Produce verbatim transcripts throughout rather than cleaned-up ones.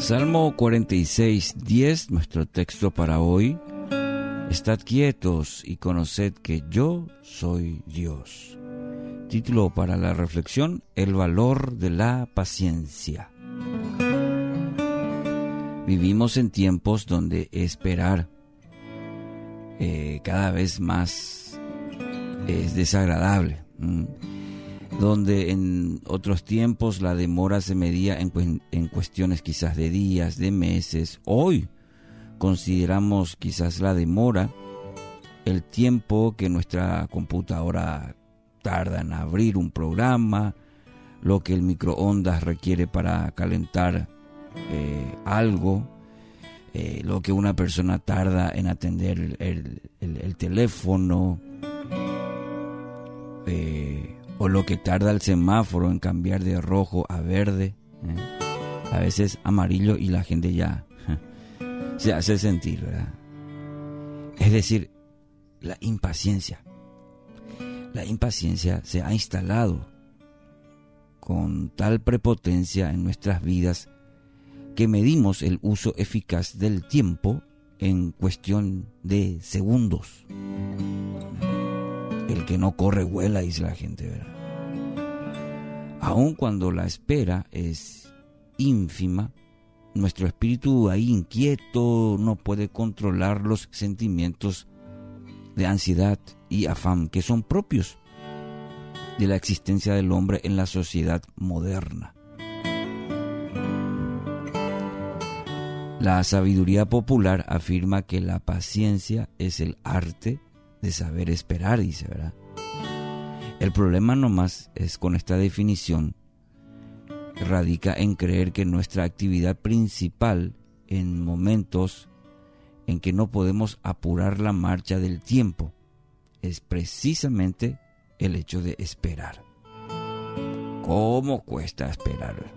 Salmo cuarenta y seis, diez, nuestro texto para hoy. Estad quietos y conoced que yo soy Dios. Título para la reflexión: el valor de la paciencia. Vivimos en tiempos donde esperar eh, cada vez más es desagradable. ¿Mm? Donde en otros tiempos la demora se medía en, cu- en cuestiones quizás de días, de meses. Hoy consideramos quizás la demora el tiempo que nuestra computadora tarda en abrir un programa, lo que el microondas requiere para calentar eh, algo, eh, lo que una persona tarda en atender el, el, el teléfono, eh, o lo que tarda el semáforo en cambiar de rojo a verde, ¿eh? A veces amarillo, y la gente ya se hace sentir, ¿verdad? Es decir, la impaciencia. La impaciencia se ha instalado con tal prepotencia en nuestras vidas que medimos el uso eficaz del tiempo en cuestión de segundos. El que no corre vuela, dice la gente, ¿verdad? Aun cuando la espera es ínfima, nuestro espíritu ahí inquieto no puede controlar los sentimientos de ansiedad y afán que son propios de la existencia del hombre en la sociedad moderna. La sabiduría popular afirma que la paciencia es el arte de saber esperar, dice, ¿verdad? El problema nomás es con esta definición radica en creer que nuestra actividad principal en momentos en que no podemos apurar la marcha del tiempo es precisamente el hecho de esperar. ¿Cómo cuesta esperar?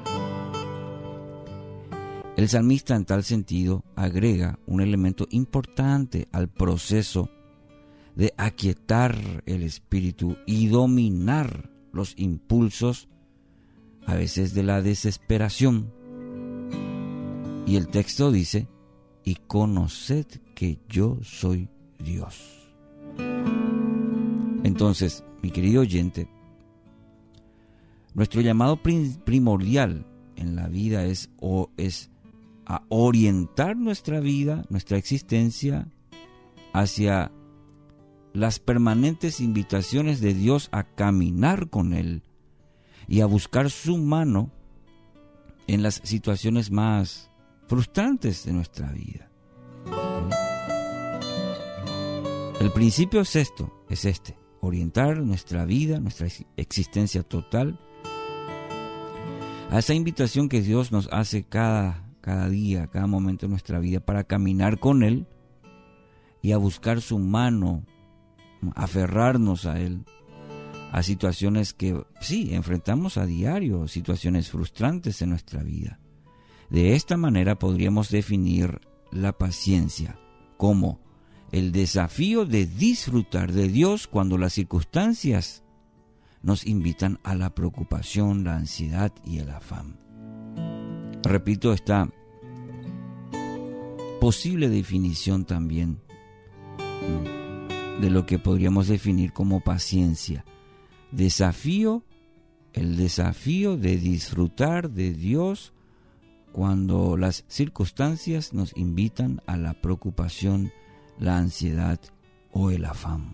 El salmista en tal sentido agrega un elemento importante al proceso de aquietar el espíritu y dominar los impulsos, a veces de la desesperación. Y el texto dice: y conoced que yo soy Dios. Entonces, mi querido oyente, nuestro llamado primordial en la vida es, o es a orientar nuestra vida, nuestra existencia, hacia las permanentes invitaciones de Dios a caminar con Él y a buscar su mano en las situaciones más frustrantes de nuestra vida. El principio es esto, es este: orientar nuestra vida, nuestra existencia total a esa invitación que Dios nos hace cada, cada día, cada momento de nuestra vida, para caminar con Él y a buscar su mano, aferrarnos a Él, a situaciones que sí enfrentamos a diario, situaciones frustrantes en nuestra vida. De esta manera podríamos definir la paciencia como el desafío de disfrutar de Dios cuando las circunstancias nos invitan a la preocupación, la ansiedad y el afán. Repito esta posible definición también de lo que podríamos definir como paciencia. Desafío, el desafío de disfrutar de Dios cuando las circunstancias nos invitan a la preocupación, la ansiedad o el afán.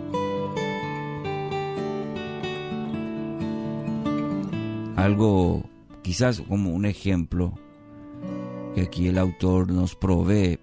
Algo, quizás como un ejemplo que aquí el autor nos provee,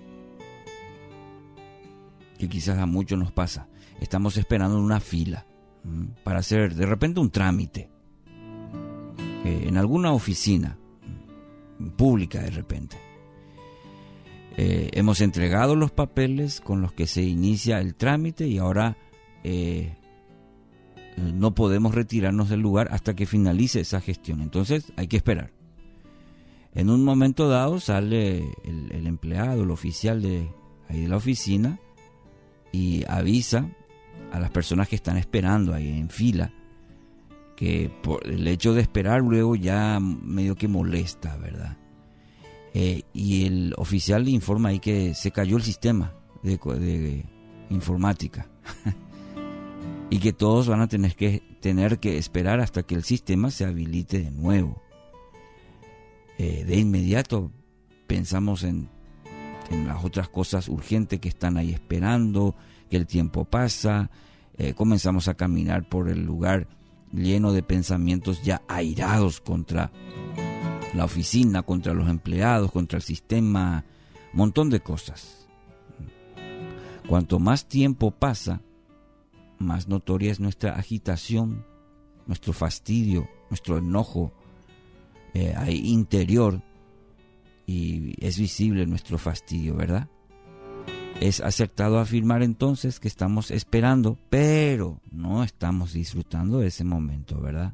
que quizás a muchos nos pasa. Estamos esperando en una fila ¿m? para hacer de repente un trámite eh, en alguna oficina ¿m? pública de repente. Eh, hemos entregado los papeles con los que se inicia el trámite y ahora eh, no podemos retirarnos del lugar hasta que finalice esa gestión. Entonces hay que esperar. En un momento dado sale el, el empleado, el oficial de, ahí de la oficina, y avisa a las personas que están esperando ahí en fila que por el hecho de esperar luego ya medio que molesta, ¿verdad? Eh, y el oficial le informa ahí que se cayó el sistema de, de informática y que todos van a tener que, tener que esperar hasta que el sistema se habilite de nuevo. Eh, de inmediato pensamos en, en las otras cosas urgentes que están ahí esperando, que el tiempo pasa, eh, comenzamos a caminar por el lugar lleno de pensamientos ya airados contra la oficina, contra los empleados, contra el sistema, montón de cosas. Cuanto más tiempo pasa, más notoria es nuestra agitación, nuestro fastidio, nuestro enojo eh, interior, y es visible nuestro fastidio, ¿verdad? Es acertado afirmar entonces que estamos esperando, pero no estamos disfrutando de ese momento, ¿verdad?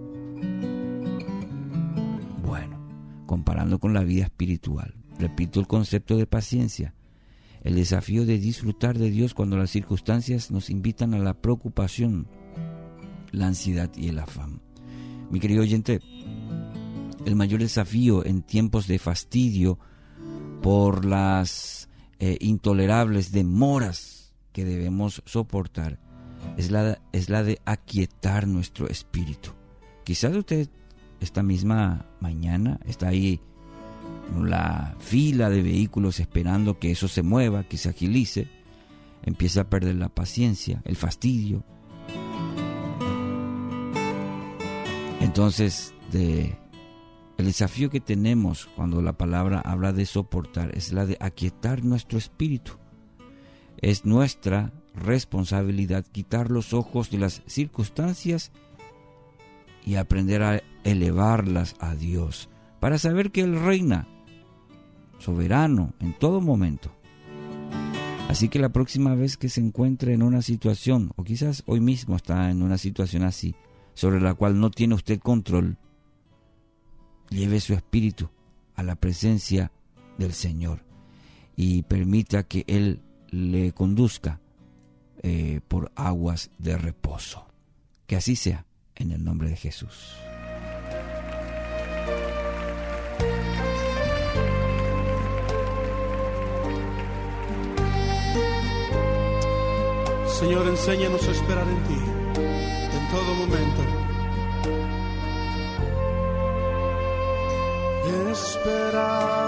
Bueno, comparando con la vida espiritual, repito el concepto de paciencia, el desafío de disfrutar de Dios cuando las circunstancias nos invitan a la preocupación, la ansiedad y el afán. Mi querido oyente, el mayor desafío en tiempos de fastidio por las eh, intolerables demoras que debemos soportar es la, es la de aquietar nuestro espíritu. Quizás usted esta misma mañana está ahí en la fila de vehículos esperando que eso se mueva, que se agilice, empieza a perder la paciencia, el fastidio. Entonces, de, el desafío que tenemos cuando la palabra habla de soportar es la de aquietar nuestro espíritu. Es nuestra responsabilidad quitar los ojos de las circunstancias y aprender a elevarlas a Dios, para saber que Él reina, soberano en todo momento. Así que la próxima vez que se encuentre en una situación, o quizás hoy mismo está en una situación así, sobre la cual no tiene usted control, lleve su espíritu a la presencia del Señor y permita que Él le conduzca eh, por aguas de reposo. Que así sea, en el nombre de Jesús. Señor, enséñanos a esperar en ti, en todo momento. Esperar